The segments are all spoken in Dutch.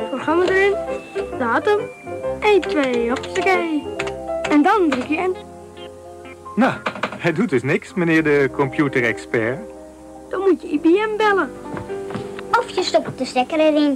programma erin, datum, 1, 2, hoppakee. En dan druk je enter. Nou, hij doet dus niks, meneer de computerexpert. Dan moet je IBM bellen. Of je stopt de stekker erin.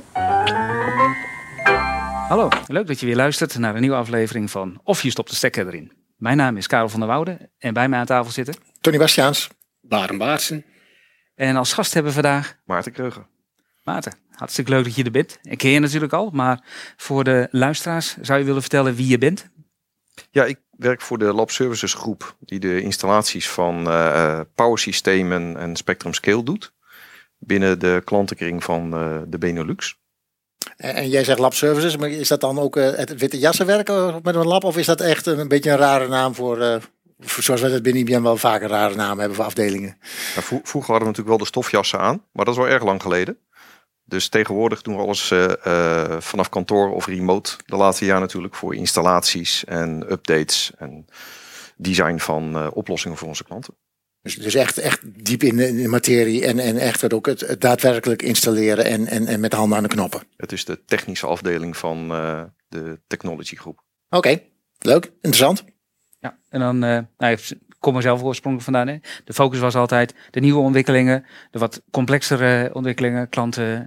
Hallo, leuk dat je weer luistert naar een nieuwe aflevering van Of je stopt de stekker erin. Mijn naam is Karel van der Woude en bij mij aan tafel zitten Tony Bastiaans. Baren Baartsen. En als gast hebben we vandaag Maarten Kreuger. Maarten. Hartstikke leuk dat je er bent. Ik ken je natuurlijk al, maar voor de luisteraars zou je willen vertellen wie je bent? Ja, ik werk voor de Lab Services groep die de installaties van powersystemen en Spectrum Scale doet binnen de klantenkring van de Benelux. En jij zegt Lab Services, maar is dat dan ook het witte jassen werken met een lab? Of is dat echt een beetje een rare naam voor zoals we dat binnen IBM wel vaak een rare naam hebben voor afdelingen? Nou, vroeger hadden we natuurlijk wel de stofjassen aan, maar dat is wel erg lang geleden. Dus tegenwoordig doen we alles vanaf kantoor of remote. De laatste jaar natuurlijk voor installaties en updates en design van oplossingen voor onze klanten. Dus echt diep in de materie en echt ook het daadwerkelijk installeren en met de handen aan de knoppen. Het is de technische afdeling van de technology groep. Oké, leuk, interessant. Ja, en dan, ik kom er zelf oorspronkelijk vandaan. Hè. De focus was altijd de nieuwe ontwikkelingen, de wat complexere ontwikkelingen, klanten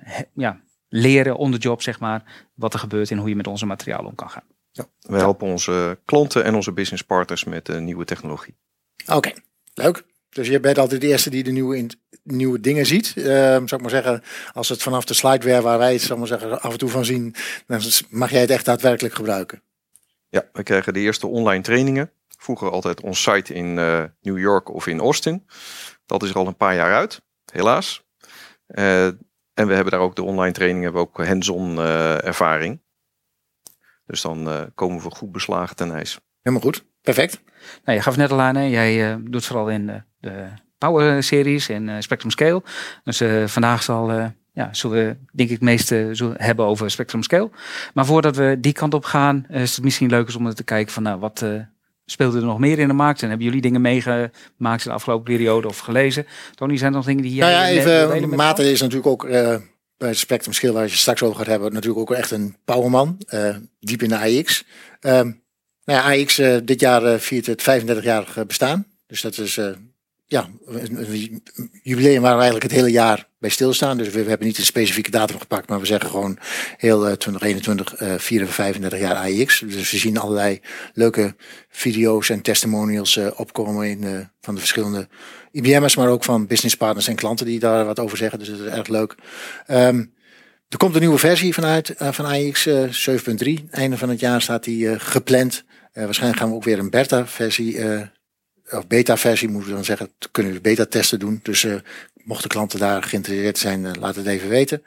leren on the job, zeg maar, wat er gebeurt en hoe je met onze materialen om kan gaan. Ja, wij helpen onze klanten en onze business partners met nieuwe technologie. Oké, leuk. Dus je bent altijd de eerste die de nieuwe dingen ziet. Zou ik maar zeggen, als het vanaf de slideware waar wij het zou maar zeggen, af en toe van zien, dan mag jij het echt daadwerkelijk gebruiken. Ja, we krijgen de eerste online trainingen. Vroeger altijd on-site in New York of in Austin. Dat is er al een paar jaar uit, helaas. En we hebben daar ook de online trainingen, hebben ook hands-on ervaring. Dus dan komen we goed beslagen ten ijs. Helemaal goed, perfect. Nou, je gaf net al aan, hè? Jij doet vooral in de Power series en Spectrum Scale. Dus vandaag zullen we denk ik het meeste hebben over Spectrum Scale. Maar voordat we die kant op gaan, is het misschien leuk om te kijken van wat speelde er nog meer in de markt? En hebben jullie dingen meegemaakt in de afgelopen periode of gelezen? Tony, zijn er nog dingen die jij... Maarten is natuurlijk ook bij Spectrum Scale, waar je het straks over gaat hebben, natuurlijk ook echt een powerman. Diep in de AX. AX dit jaar viert het 35-jarig bestaan. Dus dat is een jubileum waar we eigenlijk het hele jaar bij stilstaan. Dus we hebben niet een specifieke datum gepakt, maar we zeggen gewoon heel 2021 vieren we 35 jaar AX. Dus we zien allerlei leuke video's en testimonials opkomen van de verschillende IBM'ers, maar ook van business partners en klanten die daar wat over zeggen. Dus dat is erg leuk. Er komt een nieuwe versie van AX 7.3. Einde van het jaar staat die gepland. Waarschijnlijk gaan we ook weer een beta-versie, of beta-versie moeten we dan zeggen. Kunnen we beta-testen doen. Dus mochten klanten daar geïnteresseerd zijn, laat het even weten.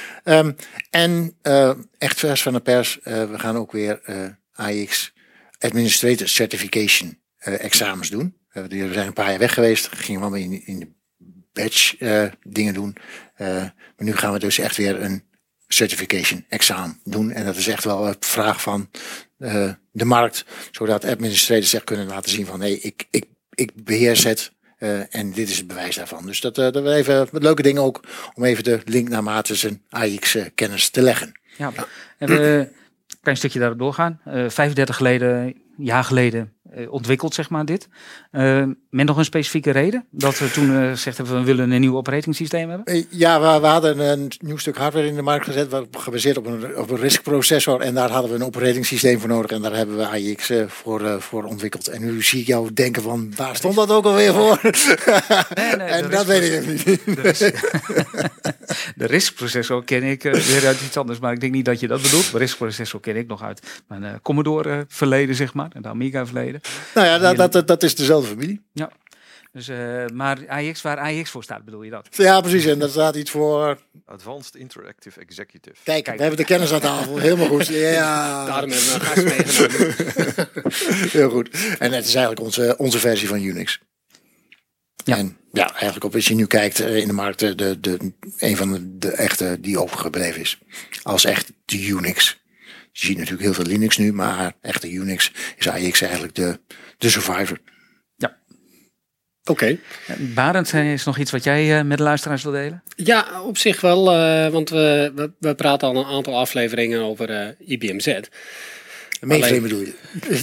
Echt vers van de pers. We gaan ook weer AX Administrator Certification examens doen. We zijn een paar jaar weg geweest. Gingen we allemaal in de badge dingen doen. Maar nu gaan we dus echt weer een certification examen doen. En dat is echt wel een vraag van de markt. Zodat administrators echt kunnen laten zien van ik beheers het. En dit is het bewijs daarvan. Dus dat we even wat leuke dingen ook. Om even de link naar Maarten zijn AX kennis te leggen. Ja. En we klein stukje daarop doorgaan. 35 jaar geleden ontwikkeld, zeg maar, dit. Met nog een specifieke reden? Dat we toen gezegd hebben, we willen een nieuw operating systeem hebben? Ja, we hadden een nieuw stuk hardware in de markt gezet, gebaseerd op een RISC processor. En daar hadden we een operating systeem voor nodig. En daar hebben we AX voor ontwikkeld. En nu zie ik jou denken van, waar stond dat ook alweer voor? Nee, en dat weet ik even niet. De RISC processor ken ik weer uit iets anders. Maar ik denk niet dat je dat bedoelt. De RISC processor ken ik nog uit mijn Commodore verleden, zeg maar. En de Amiga verleden. Nou ja, dat is dezelfde familie. Ja. Dus, maar AX, waar AX voor staat, bedoel je dat? Ja, precies. En daar staat iets voor... Advanced Interactive Executive. Kijk, we hebben de kennis aan tafel. Helemaal goed. Ja. Daarom hebben we een gast meegenomen. Heel goed. En het is eigenlijk onze versie van Unix. Ja. En ja, eigenlijk als je nu kijkt in de markt, een van de echte die overgebleven is. Als echt de Unix. Je ziet natuurlijk heel veel Linux nu, maar echte Unix is AX eigenlijk de survivor. Ja. Oké. Barend, is nog iets wat jij met de luisteraars wil delen? Ja, op zich wel. Want we praten al een aantal afleveringen over IBM Z. Mainframe bedoel je?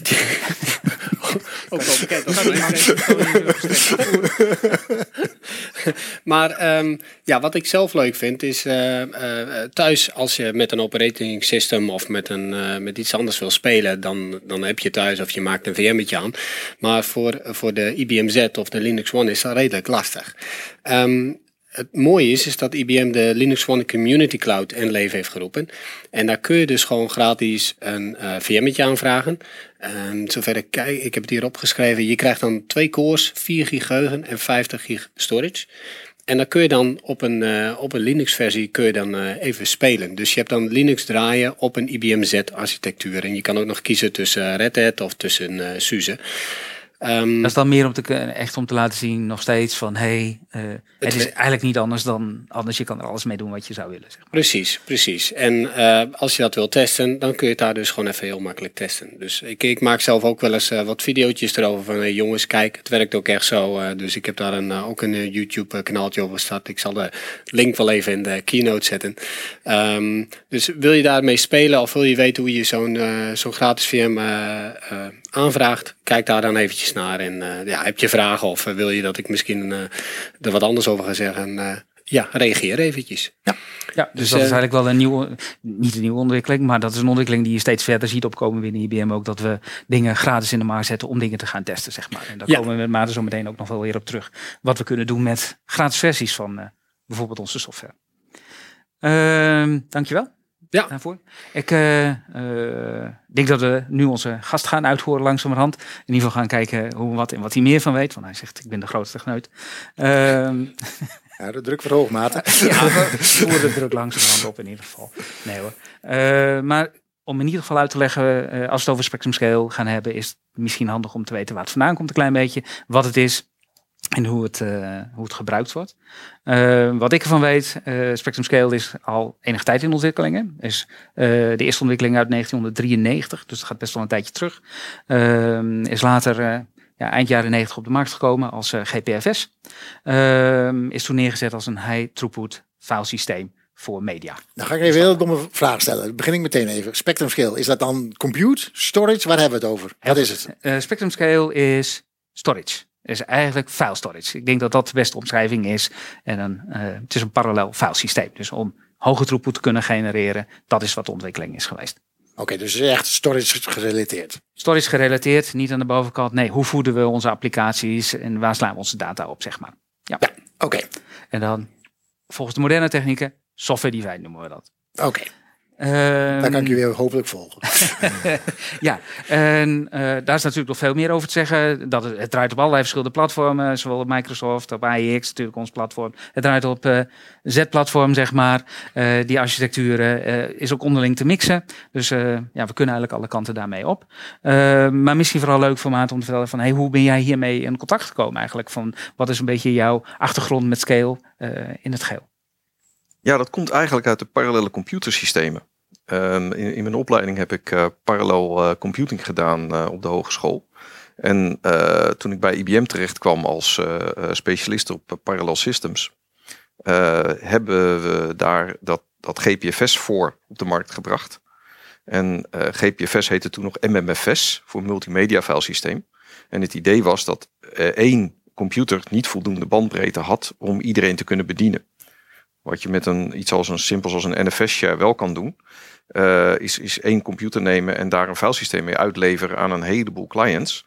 Ook wel bekend. Maar wat ik zelf leuk vind is thuis als je met een operating system of met iets anders wil spelen, dan heb je thuis of je maakt een VM'tje aan. Maar voor de IBM Z of de Linux One is dat redelijk lastig. Het mooie is dat IBM de Linux One Community Cloud in leven heeft geroepen. En daar kun je dus gewoon gratis een VM'tje aanvragen. Zover ik kijk, ik heb het hier opgeschreven. Je krijgt dan 2 cores, 4 gig geheugen en 50 gig storage. En dan kun je dan op een Linux versie kun je dan even spelen. Dus je hebt dan Linux draaien op een IBM Z architectuur. En je kan ook nog kiezen tussen Red Hat of tussen SUSE. Dat is dan meer om te laten zien nog steeds van het is eigenlijk niet anders dan anders. Je kan er alles mee doen wat je zou willen. Zeg maar. Precies. En als je dat wil testen, dan kun je het daar dus gewoon even heel makkelijk testen. Dus ik maak zelf ook wel eens wat video's erover van hey, jongens, kijk, het werkt ook echt zo. Dus ik heb daar ook een YouTube kanaaltje over gestart. Ik zal de link wel even in de keynote zetten. Dus wil je daarmee spelen of wil je weten hoe je zo'n gratis VM aanvraagt, kijk daar dan eventjes naar. En heb je vragen of wil je dat ik misschien er wat anders over ga zeggen? Reageer eventjes. Ja, dus dat is eigenlijk wel niet een nieuwe ontwikkeling, maar dat is een ontwikkeling die je steeds verder ziet opkomen binnen IBM ook, dat we dingen gratis in de markt zetten om dingen te gaan testen, zeg maar. En daar komen we met Maarten zo meteen ook nog wel weer op terug. Wat we kunnen doen met gratis versies van bijvoorbeeld onze software. Dankjewel. Ja. Daarvoor. Ik denk dat we nu onze gast gaan uithoren langzamerhand. In ieder geval gaan kijken hoe wat en wat hij meer van weet. Want hij zegt, ik ben de grootste techneut. De druk verhoogd, Maarten. We voeren de druk langzamerhand op in ieder geval. Nee hoor. Maar om in ieder geval uit te leggen, als we het over Spectrum Scale gaan hebben, is het misschien handig om te weten waar het vandaan komt een klein beetje. Wat het is. En hoe het gebruikt wordt. Wat ik ervan weet, Spectrum Scale is al enige tijd in ontwikkelingen. Is de eerste ontwikkeling uit 1993, dus dat gaat best wel een tijdje terug. Is later eind jaren 90 op de markt gekomen als GPFS. Is toen neergezet als een high throughput filesysteem voor media. Dan ga ik even een heel domme vraag stellen. Dan begin ik meteen even. Spectrum Scale, is dat dan compute, storage? Waar hebben we het over? Wat is het? Spectrum Scale is storage. Is eigenlijk file storage. Ik denk dat dat de beste omschrijving is. En het is een parallel filesysteem. Dus om hoge throughput te kunnen genereren, dat is wat de ontwikkeling is geweest. Oké, dus het is echt storage gerelateerd. Storage gerelateerd, niet aan de bovenkant. Nee, hoe voeden we onze applicaties en waar slaan we onze data op, zeg maar. Ja, oké. En dan, volgens de moderne technieken, software defined noemen we dat. Oké. Daar kan ik je weer hopelijk volgen. Ja, en daar is natuurlijk nog veel meer over te zeggen. Het draait op allerlei verschillende platformen. Zowel op Microsoft, op AIX, natuurlijk ons platform. Het draait op Z-platform, zeg maar. Die architectuur is ook onderling te mixen. Dus we kunnen eigenlijk alle kanten daarmee op. Maar misschien vooral leuk voor Maarten om te vertellen van hoe ben jij hiermee in contact gekomen eigenlijk? Van wat is een beetje jouw achtergrond met Scale in het geheel? Ja, dat komt eigenlijk uit de parallele computersystemen. In mijn opleiding heb ik parallel computing gedaan op de hogeschool. En toen ik bij IBM terecht kwam als specialist op parallel systems, hebben we daar dat GPFS voor op de markt gebracht. En GPFS heette toen nog MMFS, voor Multimedia File Systeem. En het idee was dat één computer niet voldoende bandbreedte had om iedereen te kunnen bedienen. Wat je met iets als een simpels als een NFS-share wel kan doen, is één computer nemen en daar een filesysteem mee uitleveren aan een heleboel clients.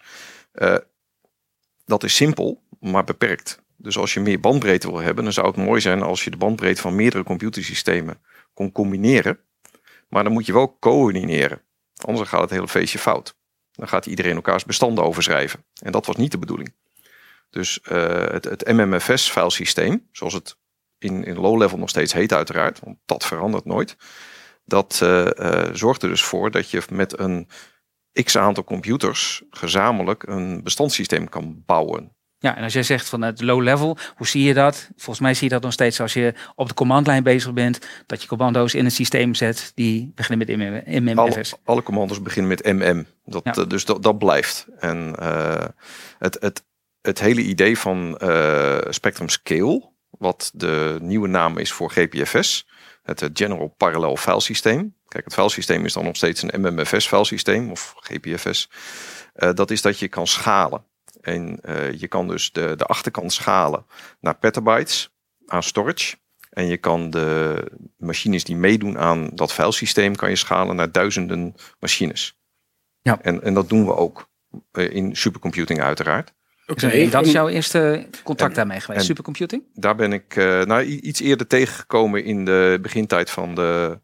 Dat is simpel, maar beperkt. Dus als je meer bandbreedte wil hebben, dan zou het mooi zijn als je de bandbreedte van meerdere computersystemen kon combineren. Maar dan moet je wel coördineren. Anders gaat het hele feestje fout. Dan gaat iedereen elkaars bestanden overschrijven. En dat was niet de bedoeling. Dus het MMFS-filesysteem, zoals het in low level nog steeds heet uiteraard, want dat verandert nooit. Dat zorgt er dus voor dat je met een x-aantal computers gezamenlijk een bestandssysteem kan bouwen. Ja, en als jij zegt van het low level, hoe zie je dat? Volgens mij zie je dat nog steeds als je op de commandlijn bezig bent, dat je commando's in een systeem zet die beginnen met MMFS. Alle commando's beginnen met MM. Dus dat blijft. En het hele idee van Spectrum Scale, wat de nieuwe naam is voor GPFS, het General Parallel File Systeem. Kijk, het filesysteem is dan nog steeds een MMFS filesysteem of GPFS. Dat is dat je kan schalen. En je kan dus de achterkant schalen naar petabytes aan storage. En je kan de machines die meedoen aan dat filesysteem kan je schalen naar duizenden machines. Ja. En dat doen we ook in supercomputing uiteraard. Okay. Dat is jouw eerste contact daarmee geweest, supercomputing? Daar ben ik iets eerder tegengekomen in de begintijd van de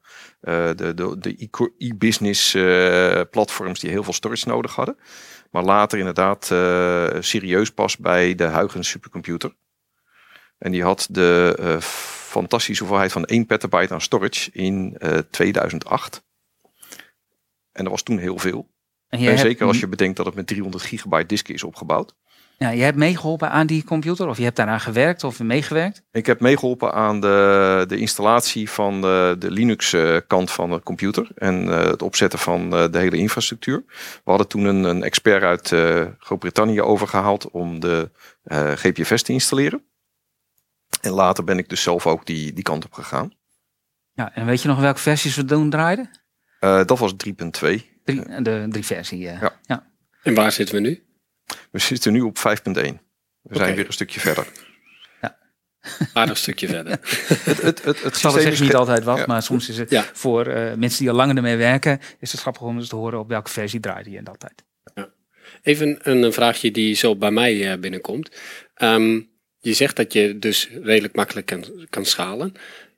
e-business platforms die heel veel storage nodig hadden. Maar later inderdaad serieus pas bij de Huygens supercomputer. En die had de fantastische hoeveelheid van 1 petabyte aan storage in 2008. En dat was toen heel veel. En zeker als je bedenkt dat het met 300 gigabyte disken is opgebouwd. Ja, je hebt meegeholpen aan die computer? Of je hebt daaraan gewerkt of meegewerkt? Ik heb meegeholpen aan de installatie van de Linux kant van de computer. En het opzetten van de hele infrastructuur. We hadden toen een expert uit Groot-Brittannië overgehaald om de GPFS te installeren. En later ben ik dus zelf ook die kant op gegaan. Ja, en weet je nog welke versies we toen draaiden? Dat was 3.2. De 3 versie, ja. En waar zitten we nu? We zitten nu op 5.1. We zijn weer een stukje verder. Ja. Een stukje verder. Het systeem is niet altijd wat, maar soms is het voor mensen die al langer ermee werken, is het grappig om eens te horen op welke versie draaide je in dat tijd. Ja. Even een vraagje die zo bij mij binnenkomt. Je zegt dat je dus redelijk makkelijk kan schalen.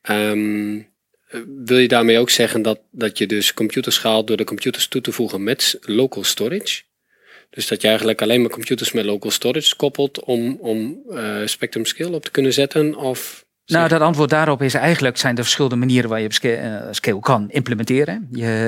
Wil je daarmee ook zeggen dat je dus computers schaalt door de computers toe te voegen met local storage? Dus dat je eigenlijk alleen maar computers met local storage koppelt om Spectrum Scale op te kunnen zetten? Of nou, dat antwoord daarop is eigenlijk zijn er verschillende manieren waar je Scale kan implementeren.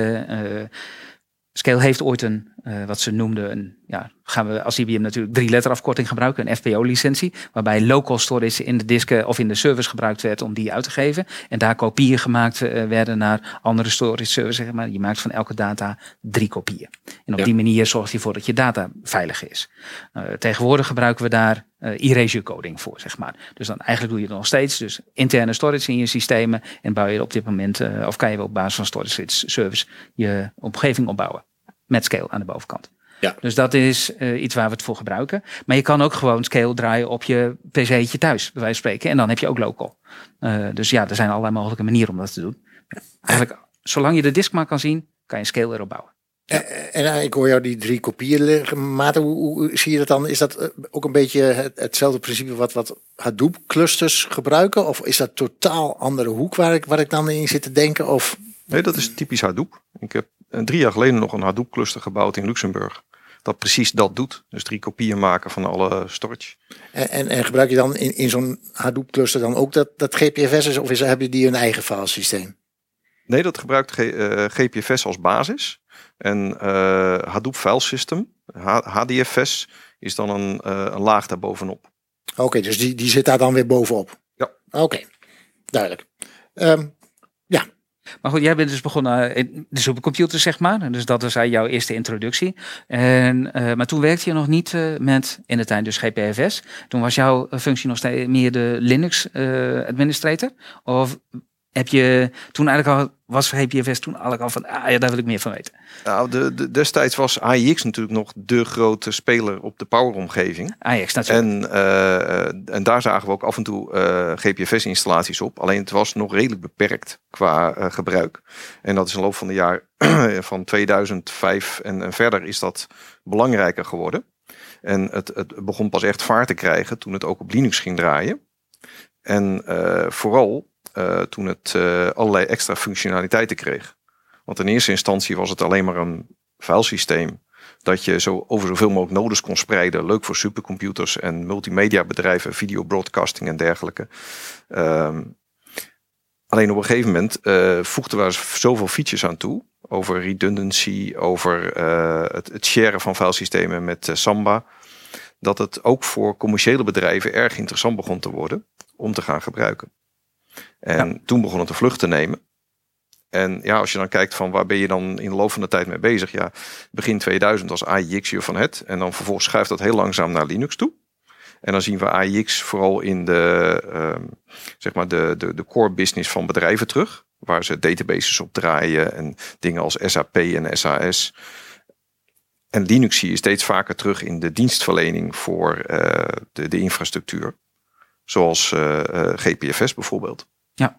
Scale heeft ooit een, wat ze noemden, gaan we als IBM natuurlijk 3 letterafkorting gebruiken, een FPO-licentie, waarbij local storage in de disken of in de servers gebruikt werd om die uit te geven. En daar kopieën gemaakt werden naar andere storage servers, zeg maar. Je maakt van elke data 3 kopieën. En op die manier zorgt je ervoor dat je data veilig is. Tegenwoordig gebruiken we daar erasure coding voor, zeg maar. Dus dan eigenlijk doe je het nog steeds. Dus interne storage in je systemen en bouw je op dit moment, of kan je op basis van storage service je omgeving opbouwen. Met Scale aan de bovenkant. Ja. Dus dat is iets waar we het voor gebruiken. Maar je kan ook gewoon Scale draaien op je pc'tje thuis, bij wijze van spreken. En dan heb je ook local. Dus ja, er zijn allerlei mogelijke manieren om dat te doen. Eigenlijk, zolang je de disk maar kan zien, kan je Scale erop bouwen. Ja. En ik hoor jou die 3 kopieën, Maarten, hoe zie je dat dan? Is dat ook een beetje hetzelfde principe wat Hadoop clusters gebruiken? Of is dat totaal andere hoek waar ik dan in zit te denken? Of... Nee, dat is typisch Hadoop. Ik heb 3 jaar geleden nog een Hadoop cluster gebouwd in Luxemburg. Dat precies dat doet. Dus 3 kopieën maken van alle storage. En gebruik je dan in zo'n Hadoop cluster dan ook dat GPFS is? Of hebben die een eigen filesysteem? Nee, dat gebruikt GPFS als basis. En Hadoop File System, HDFS, is dan een laag daarbovenop. Oké, dus die zit daar dan weer bovenop? Ja. Oké, duidelijk. Ja. Maar goed, jij bent dus begonnen in de supercomputer, zeg maar. Dus dat was jouw eerste introductie. Maar toen werkte je nog niet met in de tijd dus GPFS. Toen was jouw functie nog steeds meer de Linux administrator? Of heb je toen eigenlijk al, was GPFS toen eigenlijk al van, daar wil ik meer van weten? Nou, destijds was AIX natuurlijk nog de grote speler op de Power-omgeving. AIX natuurlijk. En daar zagen we ook af en toe GPFS-installaties op. Alleen het was nog redelijk beperkt qua gebruik. En dat is in de loop van de jaar van 2005 en verder is dat belangrijker geworden. En het begon pas echt vaart te krijgen toen het ook op Linux ging draaien. En vooral toen het allerlei extra functionaliteiten kreeg. Want in eerste instantie was het alleen maar een filesysteem dat je over zoveel mogelijk nodes kon spreiden. Leuk voor supercomputers en multimedia bedrijven, video broadcasting en dergelijke. Alleen op een gegeven moment voegden we er zoveel features aan toe. Over redundancy, over het sharen van filesystemen met Samba. Dat het ook voor commerciële bedrijven erg interessant begon te worden om te gaan gebruiken. En toen begon het een vlucht te nemen. En ja, als je dan kijkt van waar ben je dan in de loop van de tijd mee bezig? Ja, begin 2000 was AIX van het. En dan vervolgens schuift dat heel langzaam naar Linux toe. En dan zien we AIX vooral in de core business van bedrijven terug. Waar ze databases op draaien en dingen als SAP en SAS. En Linux zie je steeds vaker terug in de dienstverlening voor de infrastructuur. Zoals GPFS bijvoorbeeld. Ja.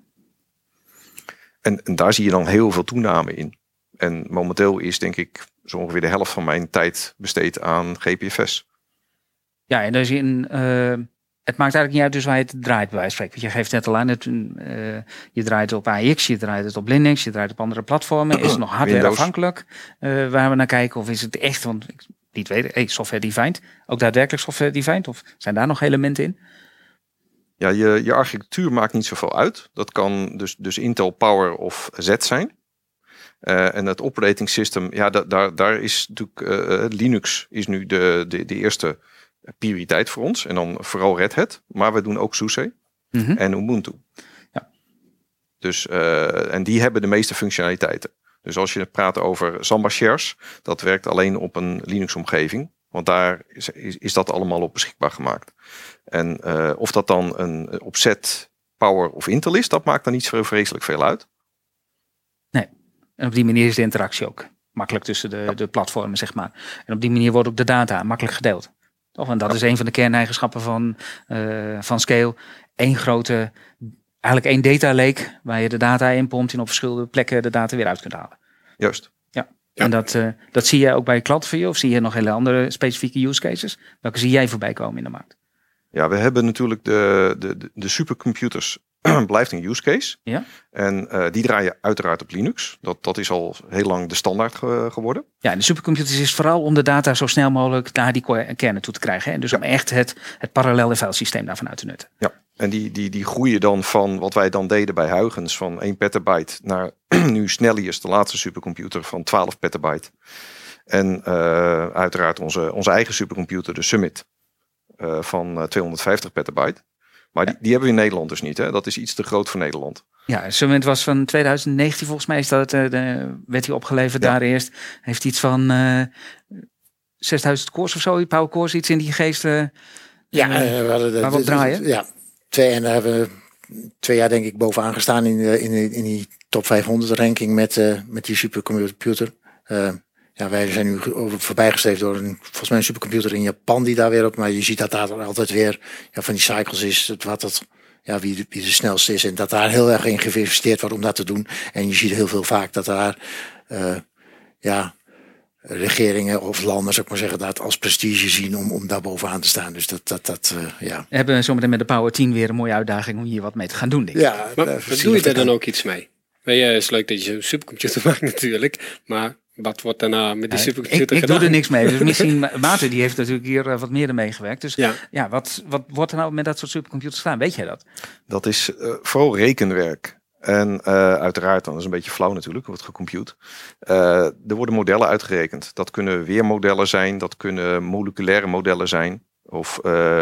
En daar zie je dan heel veel toename in. En momenteel is denk ik zo ongeveer de helft van mijn tijd besteed aan GPFS. Ja, en dus het maakt eigenlijk niet uit dus waar je het draait bij wijze van spreken. Want je geeft net al aan, je draait op AIX, je draait het op Linux, je draait op andere platformen. Is het nog hardware afhankelijk waar we naar kijken? Of is het echt, want ik niet weet, software defined, ook daadwerkelijk software defined? Of zijn daar nog elementen in? Ja, je architectuur maakt niet zoveel uit. Dat kan dus Intel Power of Z zijn. En het operating system, ja, daar is natuurlijk Linux is nu de eerste prioriteit voor ons. En dan vooral Red Hat. Maar we doen ook SUSE en Ubuntu. Ja. Dus, en die hebben de meeste functionaliteiten. Dus als je praat over Samba Shares, dat werkt alleen op een Linux-omgeving. Want daar is dat allemaal op beschikbaar gemaakt. En of dat dan een opzet Power of Intel is, dat maakt dan niet zo vreselijk veel uit. Nee, en op die manier is de interactie ook makkelijk tussen de platformen, zeg maar. En op die manier wordt ook de data makkelijk gedeeld. Toch? En dat is een van de kerneigenschappen van Scale. Eigenlijk één data lake waar je de data in pompt en op verschillende plekken de data weer uit kunt halen. Juist. Ja. En dat zie jij ook bij klanten van je? Of zie je nog hele andere specifieke use cases? Welke zie jij voorbij komen in de markt? Ja, we hebben natuurlijk de supercomputers blijft een use case. Ja. En die draaien uiteraard op Linux. Dat is al heel lang de standaard geworden. Ja, en de supercomputers is vooral om de data zo snel mogelijk naar die kernen toe te krijgen. En dus om echt het parallelle filesysteem daarvan uit te nutten. Ja, en die groeien dan van wat wij dan deden bij Huygens van 1 petabyte naar nu Snellius, de laatste supercomputer, van 12 petabyte. En uiteraard onze eigen supercomputer, de Summit, van 250 petabyte. Maar die hebben we in Nederland dus niet. Hè? Dat is iets te groot voor Nederland. Ja, Summit was van 2019 volgens mij. Werd hij opgeleverd daar eerst. Heeft iets van 6000 cores of zo. Power cores, iets in die geest. We hadden waar we op draaien. Ja, en daar hebben we 2 jaar denk ik bovenaan gestaan in die top 500 ranking met die supercomputer. Wij zijn nu voorbijgestreefd door volgens mij een supercomputer in Japan die daar weer op. Maar je ziet dat daar altijd weer van die cycles is. Wie de snelste is. En dat daar heel erg in geïnvesteerd wordt om dat te doen. En je ziet heel veel vaak dat daar regeringen of landen, zou ik maar zeggen, dat als prestige zien om daar bovenaan te staan. Dus We hebben zometeen met de Power 10 weer een mooie uitdaging om hier wat mee te gaan doen, denk ik. Ja, maar doe je er dan ook iets mee? Het is leuk dat je een supercomputer maakt natuurlijk, maar wat wordt daarna met die supercomputer gedaan? Ik doe er niks mee. Dus misschien Maarten, die heeft natuurlijk hier wat meer mee gewerkt. Dus wat wordt er nou met dat soort supercomputers gedaan? Weet jij dat? Dat is vooral rekenwerk. En uiteraard, dan is een beetje flauw natuurlijk, wordt gecompute. Er worden modellen uitgerekend. Dat kunnen weermodellen zijn, dat kunnen moleculaire modellen zijn. Of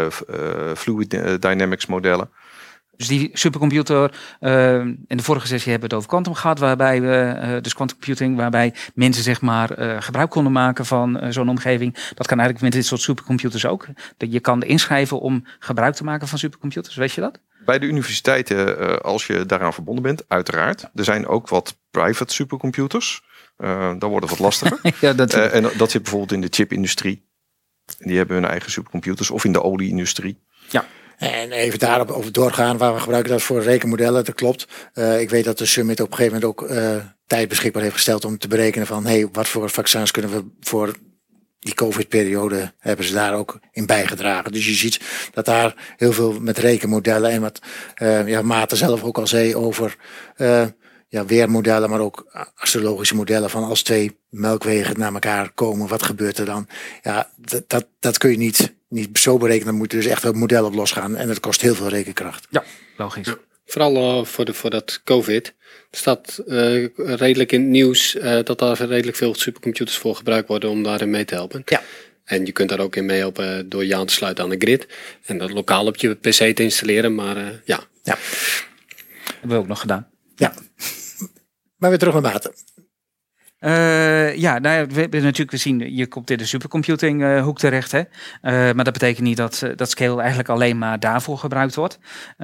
fluid dynamics modellen. Dus die supercomputer, in de vorige sessie hebben we het over quantum gehad, waarbij we, dus quantum computing, waarbij mensen zeg maar gebruik konden maken van zo'n omgeving. Dat kan eigenlijk met dit soort supercomputers ook. Dat je kan inschrijven om gebruik te maken van supercomputers, weet je dat? Bij de universiteiten, als je daaraan verbonden bent, uiteraard. Er zijn ook wat private supercomputers. Dan wordt het wat lastiger. En dat zit bijvoorbeeld in de chipindustrie. Die hebben hun eigen supercomputers. Of in de olieindustrie. Ja. En even daarop over doorgaan, waar we gebruiken dat voor rekenmodellen, dat klopt. Ik weet dat de Summit op een gegeven moment ook tijd beschikbaar heeft gesteld om te berekenen van wat voor vaccins kunnen we voor die COVID-periode hebben ze daar ook in bijgedragen. Dus je ziet dat daar heel veel met rekenmodellen en wat Maarten zelf ook al zei over weermodellen, maar ook astrologische modellen van als 2 melkwegen naar elkaar komen, wat gebeurt er dan? Ja, dat kun je niet zo berekenen. Dan moet je dus echt een model op losgaan en dat kost heel veel rekenkracht. Ja, logisch. Ja, vooral voor dat COVID. Er staat redelijk in het nieuws dat daar redelijk veel supercomputers voor gebruikt worden om daarin mee te helpen. Ja. En je kunt daar ook in meehelpen door je aan te sluiten aan de grid. En dat lokaal op je PC te installeren. Maar ja. Hebben we ook nog gedaan. Ja. Maar weer terug naar Maarten. Nou ja, we hebben natuurlijk gezien, je komt in de supercomputing hoek terecht. Hè? Maar dat betekent niet dat Scale eigenlijk alleen maar daarvoor gebruikt wordt.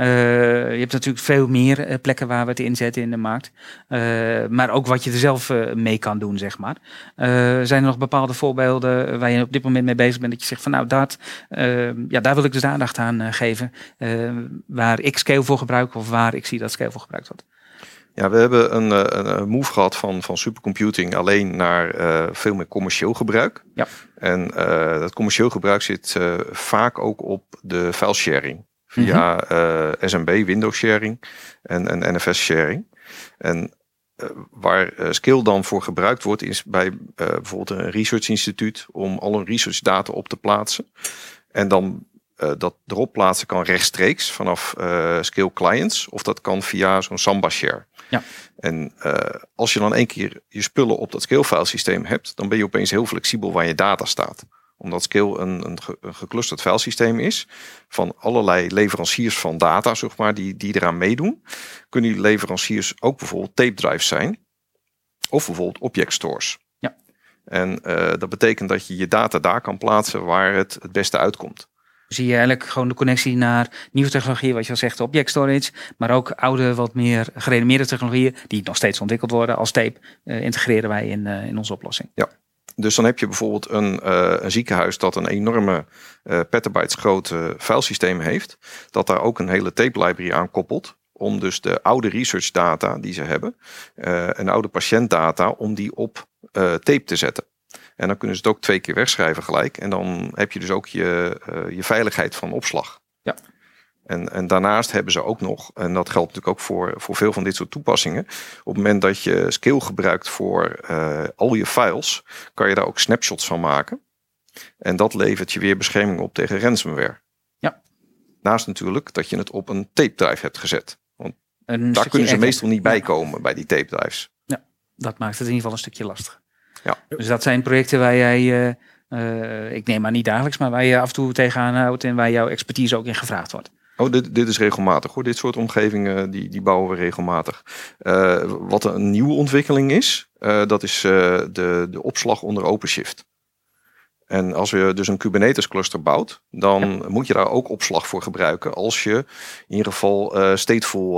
Je hebt natuurlijk veel meer plekken waar we het inzetten in de markt. Maar ook wat je er zelf mee kan doen, zeg maar. Zijn er nog bepaalde voorbeelden waar je op dit moment mee bezig bent, dat je zegt van nou, daar wil ik dus aandacht aan geven. Waar ik Scale voor gebruik of waar ik zie dat Scale voor gebruikt wordt. Ja, we hebben een move gehad van supercomputing alleen naar veel meer commercieel gebruik. Ja. En dat commercieel gebruik zit vaak ook op de file sharing. Via SMB, Windows sharing en NFS sharing. En waar Scale dan voor gebruikt wordt is bij bijvoorbeeld een research instituut om al hun research data op te plaatsen. En dan dat erop plaatsen kan rechtstreeks vanaf Scale clients of dat kan via zo'n Samba share. Ja. En als je dan één keer je spullen op dat Scale filesysteem hebt, dan ben je opeens heel flexibel waar je data staat. Omdat Scale een geclusterd filesysteem is van allerlei leveranciers van data, zeg maar, die eraan meedoen. Kunnen die leveranciers ook bijvoorbeeld tape drives zijn of bijvoorbeeld object stores. Ja. En dat betekent dat je je data daar kan plaatsen waar het beste uitkomt. Zie je eigenlijk gewoon de connectie naar nieuwe technologieën, wat je al zegt, object storage, maar ook oude, wat meer gerenommeerde technologieën die nog steeds ontwikkeld worden als tape, integreren wij in onze oplossing. Ja, dus dan heb je bijvoorbeeld een ziekenhuis dat een enorme petabytes grote filesysteem heeft, dat daar ook een hele tape library aan koppelt, om dus de oude research data die ze hebben, en oude patiëntdata, om die op tape te zetten. En dan kunnen ze het ook 2 keer wegschrijven gelijk. En dan heb je dus ook je veiligheid van opslag. Ja. En daarnaast hebben ze ook nog, en dat geldt natuurlijk ook voor veel van dit soort toepassingen. Op het moment dat je Scale gebruikt voor al je files, kan je daar ook snapshots van maken. En dat levert je weer bescherming op tegen ransomware. Ja. Naast natuurlijk dat je het op een tape drive hebt gezet. Want daar kunnen ze meestal niet bij komen bij die tape drives. Ja, dat maakt het in ieder geval een stukje lastig. Ja. Dus dat zijn projecten waar jij, ik neem maar niet dagelijks, maar waar je af en toe tegenaan houdt en waar jouw expertise ook in gevraagd wordt. Oh, dit is regelmatig hoor. Dit soort omgevingen die bouwen we regelmatig. Wat een nieuwe ontwikkeling is, dat is de opslag onder OpenShift. En als je dus een Kubernetes cluster bouwt, dan moet je daar ook opslag voor gebruiken als je in ieder geval stateful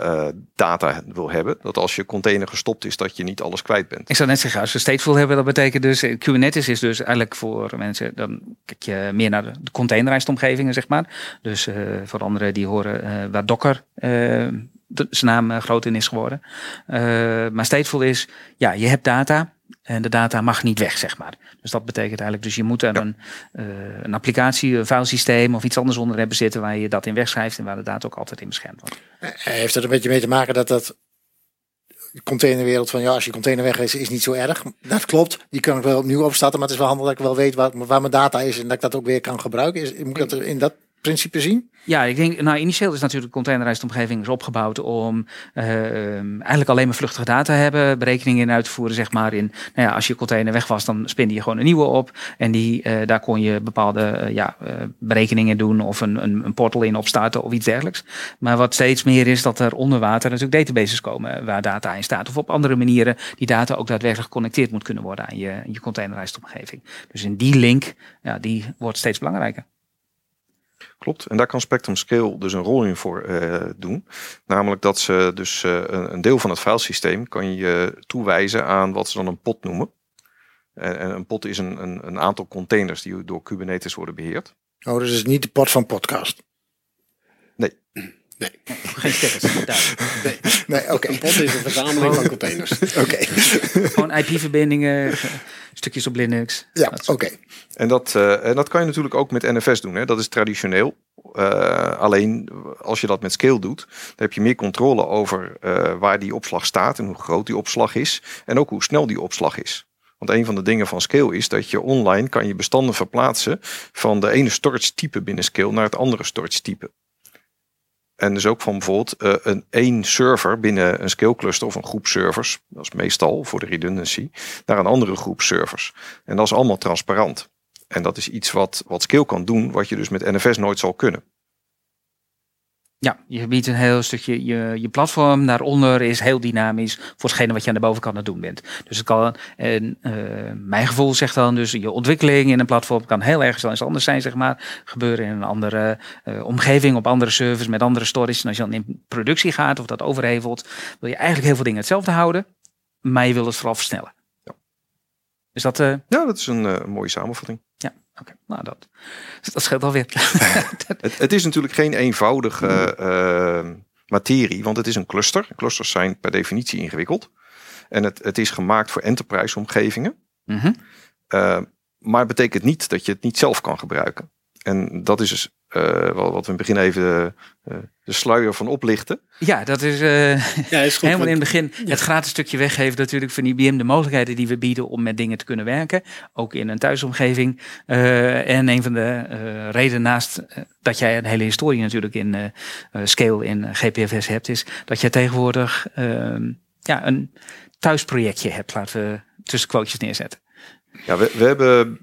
data wil hebben. Dat als je container gestopt is, dat je niet alles kwijt bent. Ik zou net zeggen, als we stateful hebben, dat betekent dus, Kubernetes is dus eigenlijk voor mensen, dan kijk je meer naar de containerized omgevingen, zeg maar. Dus voor anderen die horen waar Docker zijn naam groot in is geworden. Maar stateful is, ja, je hebt data. En de data mag niet weg, zeg maar. Dus dat betekent eigenlijk, dus je moet er een applicatie, een filesysteem of iets anders onder hebben zitten waar je dat in wegschrijft en waar de data ook altijd in beschermd wordt. Heeft het een beetje mee te maken dat containerwereld van als je container weg is niet zo erg. Dat klopt, die kan ik wel opnieuw opstarten, maar het is wel handig dat ik wel weet waar mijn data is en dat ik dat ook weer kan gebruiken. Moet ik dat in dat principe zien? Ja, ik denk, initieel is natuurlijk de containerized omgeving is opgebouwd om eigenlijk alleen maar vluchtige data te hebben, berekeningen in uit te voeren, zeg maar. Als je container weg was, dan spinde je gewoon een nieuwe op. En daar kon je bepaalde berekeningen doen of een portal in opstarten of iets dergelijks. Maar wat steeds meer is dat er onder water natuurlijk databases komen waar data in staat. Of op andere manieren die data ook daadwerkelijk geconnecteerd moet kunnen worden aan je containerized omgeving. Dus in die link, die wordt steeds belangrijker. Klopt, en daar kan Spectrum Scale dus een rol in voor doen. Namelijk dat ze dus een deel van het filesysteem kan je toewijzen aan wat ze dan een pod noemen. En een pod is een aantal containers die door Kubernetes worden beheerd. Oh, dus het is niet de pod van podcast? Nee. Geen stickers. Nee, oké. Een pod is een verzameling van containers. Oké. Gewoon IP-verbindingen, stukjes op Linux. Ja, oké. En dat kan je natuurlijk ook met NFS doen. Hè. Dat is traditioneel. Alleen als je dat met Scale doet, dan heb je meer controle over waar die opslag staat en hoe groot die opslag is. En ook hoe snel die opslag is. Want een van de dingen van Scale is dat je online kan je bestanden verplaatsen van de ene storage type binnen Scale naar het andere storage type. En dus ook van bijvoorbeeld één server binnen een Scale cluster of een groep servers, dat is meestal voor de redundancy, naar een andere groep servers. En dat is allemaal transparant. En dat is iets wat Scale kan doen, wat je dus met NFS nooit zal kunnen. Ja, je biedt een heel stukje, je platform daaronder is heel dynamisch voor hetgene wat je aan de bovenkant aan het doen bent. Dus het kan, mijn gevoel zegt dan, dus je ontwikkeling in een platform kan heel erg eens anders zijn, zeg maar. Gebeuren in een andere omgeving, op andere servers, met andere stories. En als je dan in productie gaat of dat overhevelt, wil je eigenlijk heel veel dingen hetzelfde houden, maar je wil het vooral versnellen. Ja. Is dat... Ja, dat is een mooie samenvatting. Ja, oké. Nou, dat scheelt alweer. Het is natuurlijk geen eenvoudige materie, want het is een cluster. Clusters zijn per definitie ingewikkeld. En het is gemaakt voor enterprise omgevingen. Mm-hmm. Maar het betekent niet dat je het niet zelf kan gebruiken. En dat is dus wat we in het begin even de sluier van oplichten. Ja, dat is, is goed, helemaal in het begin het gratis stukje weggeven natuurlijk van IBM. De mogelijkheden die we bieden om met dingen te kunnen werken. Ook in een thuisomgeving. En een van de redenen naast dat jij een hele historie natuurlijk in Scale in GPFS hebt. Is dat je tegenwoordig een thuisprojectje hebt. Laten we tussen quotejes neerzetten. Ja, we hebben...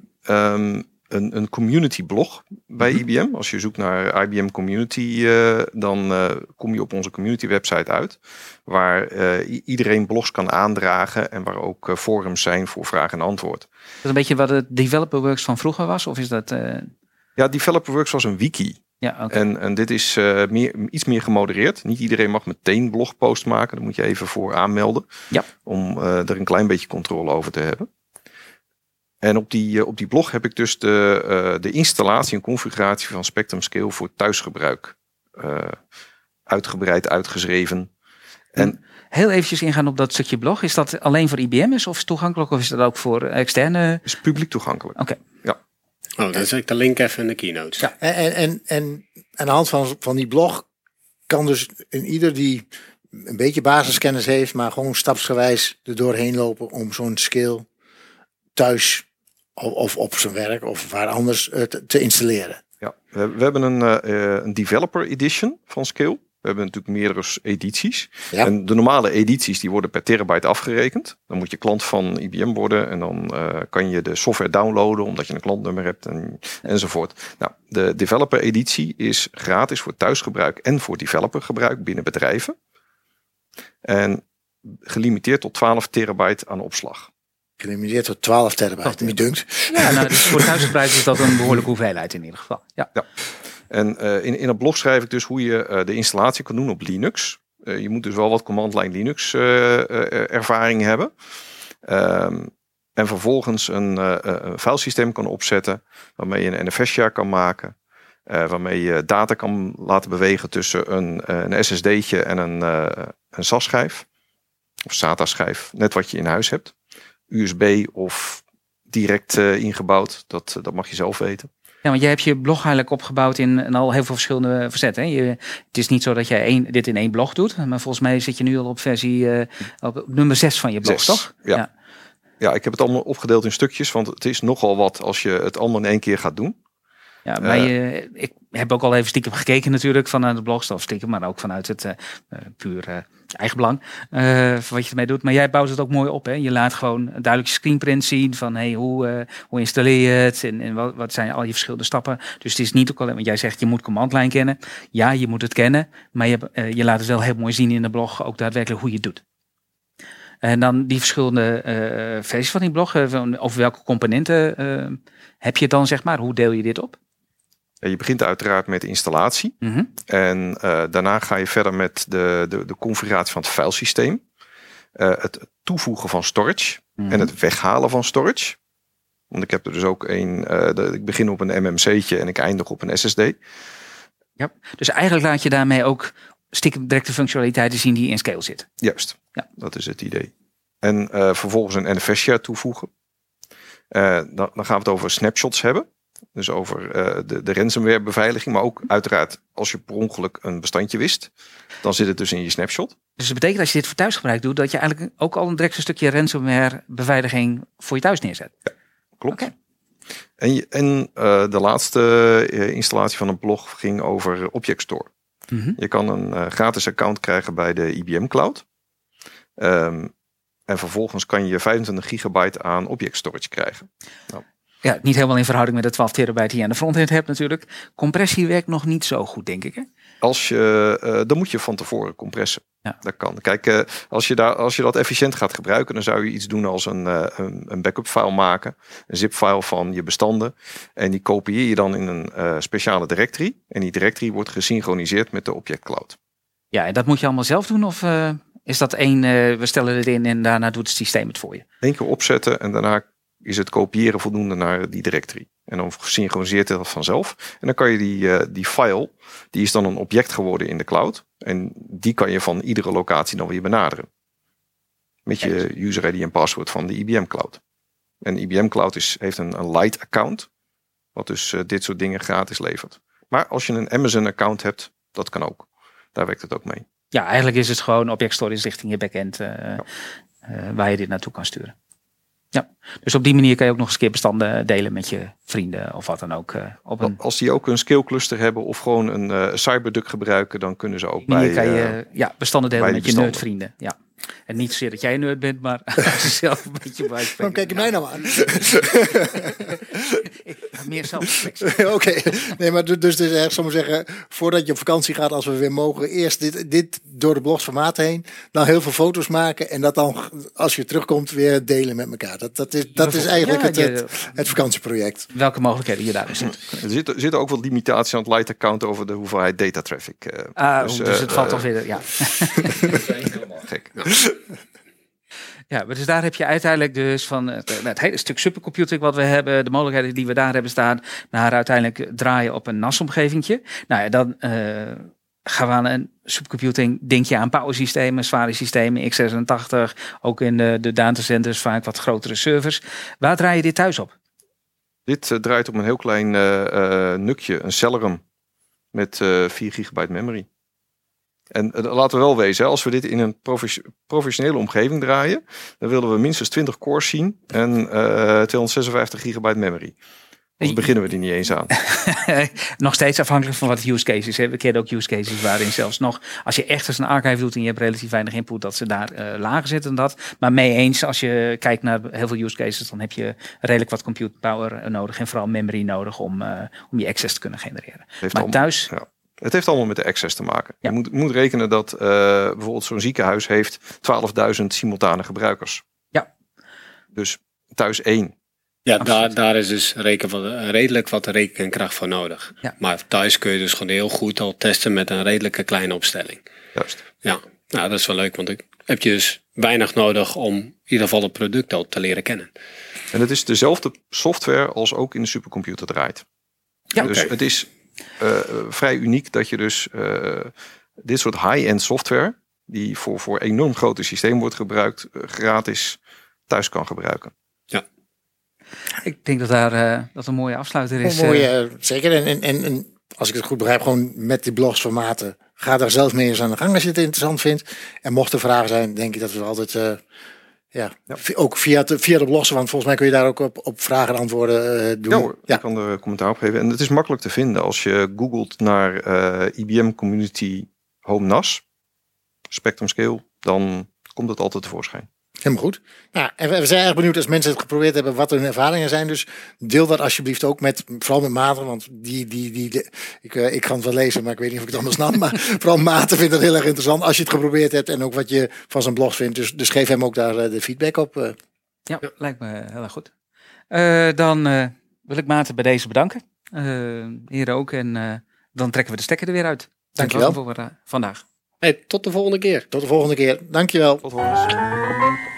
Een community blog bij IBM. Als je zoekt naar IBM Community, dan kom je op onze community website uit. Waar iedereen blogs kan aandragen en waar ook forums zijn voor vraag en antwoord. Dat is een beetje wat het Developerworks van vroeger was? Of is dat... Ja, Developerworks was een wiki. Ja, okay. En dit is iets meer gemodereerd. Niet iedereen mag meteen blogpost maken. Daar moet je even voor aanmelden. Ja. Om er een klein beetje controle over te hebben. En op die blog heb ik dus de installatie en configuratie van Spectrum Scale voor thuisgebruik uitgebreid uitgeschreven. En heel eventjes ingaan op dat stukje blog. Is dat alleen voor IBM'ers of is het toegankelijk of is dat ook voor externe? Is publiek toegankelijk. Oké. Ja. Oh, dan zet ik de link even in de keynotes. Ja. En aan de hand van die blog kan dus ieder die een beetje basiskennis heeft, maar gewoon stapsgewijs er doorheen lopen om zo'n Scale thuis of op zijn werk of waar anders te installeren. Ja, we hebben een developer edition van Scale. We hebben natuurlijk meerdere edities. Ja. En de normale edities die worden per terabyte afgerekend. Dan moet je klant van IBM worden en dan kan je de software downloaden omdat je een klantnummer hebt enzovoort. Nou, de developer editie is gratis voor thuisgebruik en voor developergebruik binnen bedrijven. En gelimiteerd tot 12 terabyte aan opslag. Gelimiteerd tot 12 terabyte, niet dunkt. Ja, nou, dus voor thuisgebruik is dat een behoorlijke hoeveelheid in ieder geval. Ja. En in het blog schrijf ik dus hoe je de installatie kan doen op Linux. Je moet dus wel wat command-line Linux ervaring hebben. En vervolgens een filesysteem kan opzetten waarmee je een NFS-jar kan maken. Waarmee je data kan laten bewegen tussen een SSD'tje en een SAS-schijf. Of SATA-schijf, net wat je in huis hebt. USB of direct ingebouwd, dat mag je zelf weten. Ja, want jij hebt je blog eigenlijk opgebouwd in al heel veel verschillende verzetten. Hè? Het is niet zo dat jij dit in één blog doet, maar volgens mij zit je nu al op versie op nummer 6 van je blog, 6, toch? Ja, ik heb het allemaal opgedeeld in stukjes, want het is nogal wat als je het allemaal in één keer gaat doen. Ja, maar ik heb ook al even stiekem gekeken natuurlijk vanuit de blogstof stiekem, maar ook vanuit het puur eigenbelang van wat je ermee doet. Maar jij bouwt het ook mooi op, hè? Je laat gewoon een duidelijke screenprint zien van hoe installeer je het en wat zijn al je verschillende stappen. Dus het is niet ook alleen, want jij zegt je moet command-line kennen. Ja, je moet het kennen, maar je laat het wel heel mooi zien in de blog ook daadwerkelijk hoe je het doet. En dan die verschillende versies van die blog, over welke componenten heb je het dan, zeg maar? Hoe deel je dit op? Je begint uiteraard met de installatie. Mm-hmm. En daarna ga je verder met de configuratie van het filesysteem. Het toevoegen van storage. Mm-hmm. En het weghalen van storage. Want ik heb er dus ook ik begin op een MMC'tje en ik eindig op een SSD. Ja, dus eigenlijk laat je daarmee ook stiekem directe functionaliteiten zien die in Scale zitten. Juist, ja. Dat is het idee. En vervolgens een NFS-share toevoegen. Dan gaan we het over snapshots hebben. Dus over de ransomware beveiliging. Maar ook uiteraard als je per ongeluk een bestandje wist. Dan zit het dus in je snapshot. Dus dat betekent als je dit voor thuisgebruik doet. Dat je eigenlijk ook al direct een stukje ransomware beveiliging voor je thuis neerzet. Ja, klopt. Okay. En de laatste installatie van een blog ging over Object Store. Mm-hmm. Je kan een gratis account krijgen bij de IBM Cloud. En vervolgens kan je 25 gigabyte aan object storage krijgen. Nou. Ja, niet helemaal in verhouding met de 12 terabyte die je aan de frontend hebt natuurlijk. Compressie werkt nog niet zo goed, denk ik. Hè? Dan moet je van tevoren compressen. Ja. Dat kan. Kijk, als je dat efficiënt gaat gebruiken, dan zou je iets doen als een backup file maken. Een zip file van je bestanden. En die kopieer je dan in een speciale directory. En die directory wordt gesynchroniseerd met de Object Cloud. Ja, en dat moet je allemaal zelf doen? Of is dat we stellen het in en daarna doet het systeem het voor je? 1 keer opzetten en daarna is het kopiëren voldoende naar die directory. En dan synchroniseert het dat vanzelf. En dan kan je die file, die is dan een object geworden in de cloud. En die kan je van iedere locatie dan weer benaderen. Met je user ID en password van de IBM Cloud. En de IBM Cloud heeft een light account. Wat dus dit soort dingen gratis levert. Maar als je een Amazon account hebt, dat kan ook. Daar werkt het ook mee. Ja, eigenlijk is het gewoon object storage richting je backend waar je dit naartoe kan sturen. Ja, dus op die manier kan je ook nog eens een keer bestanden delen met je vrienden of wat dan ook. Als die ook een scale cluster hebben of gewoon een Cyberduck gebruiken, dan kunnen ze ook bij... kan je bestanden delen met je nerdvrienden. Ja. En niet zozeer dat jij een nerd bent, maar als je zelf een beetje bij. Waarom kijk je mij nou aan? Meer zelfreflectie. Oké. Nee, maar dus het is echt, zal maar zeggen, voordat je op vakantie gaat, als we weer mogen, eerst dit door de blogs van Maat heen, dan heel veel foto's maken en dat dan, als je terugkomt, weer delen met elkaar. Dat is eigenlijk het vakantieproject. Welke mogelijkheden je daarin zit. Er zitten ook wat limitaties aan het light account over de hoeveelheid data traffic. Dus het valt toch weer, ja. Helemaal gek. Ja, maar dus daar heb je uiteindelijk dus van het hele stuk supercomputing wat we hebben, de mogelijkheden die we daar hebben staan, naar uiteindelijk draaien op een NAS-omgevingje. Nou ja, dan gaan we aan een supercomputing, denk je aan powersystemen, zware systemen, x86, ook in de datacenters vaak wat grotere servers. Waar draai je dit thuis op? Dit draait op een heel klein nukje, een Celerum met 4 gigabyte memory. En laten we wel wezen, als we dit in een professionele omgeving draaien, dan willen we minstens 20 cores zien en 256 gigabyte memory. Anders beginnen we die niet eens aan. Nog steeds afhankelijk van wat use cases. Hè. We kennen ook use cases waarin zelfs nog, als je echt eens een archive doet en je hebt relatief weinig input, dat ze daar lager zitten dan dat. Maar mee eens, als je kijkt naar heel veel use cases, dan heb je redelijk wat compute power nodig en vooral memory nodig om je access te kunnen genereren. Maar thuis... Ja. Het heeft allemaal met de access te maken. Ja. Je moet rekenen dat bijvoorbeeld zo'n ziekenhuis heeft 12.000 simultane gebruikers. Ja. Dus thuis 1. Ja, daar is dus redelijk wat rekenkracht voor nodig. Ja. Maar thuis kun je dus gewoon heel goed al testen met een redelijke kleine opstelling. Juist. Ja, nou dat is wel leuk, want ik heb je dus weinig nodig om in ieder geval het product al te leren kennen. En het is dezelfde software als ook in de supercomputer draait. Ja, dus het is vrij uniek dat je dus dit soort high-end software, die voor enorm grote systemen wordt gebruikt, gratis thuis kan gebruiken. Ja. Ik denk dat een mooie afsluiter is. Zeker. En als ik het goed begrijp, gewoon met die blogsformaten, ga daar zelf mee eens aan de gang als je het interessant vindt. En mocht er vragen zijn, denk ik dat we altijd... ook via de blogs, want volgens mij kun je daar ook op vragen en antwoorden doen. Ja hoor, ik kan er commentaar op geven. En het is makkelijk te vinden als je googelt naar IBM Community Home NAS, Spectrum Scale, dan komt het altijd tevoorschijn. Helemaal goed. Nou, en we zijn erg benieuwd als mensen het geprobeerd hebben wat hun ervaringen zijn. Dus deel dat alsjeblieft ook vooral met Maarten. Want ik kan het wel lezen, maar ik weet niet of ik het allemaal snap. Maar vooral Maarten vindt het heel erg interessant als je het geprobeerd hebt. En ook wat je van zijn blogs vindt. Dus geef hem ook daar de feedback op. Ja, lijkt me heel erg goed. Dan wil ik Maarten bij deze bedanken. Hier ook. En dan trekken we de stekker er weer uit. Dankjewel voor vandaag. Hey, tot de volgende keer. Tot de volgende keer. Dankjewel. Tot volgende keer.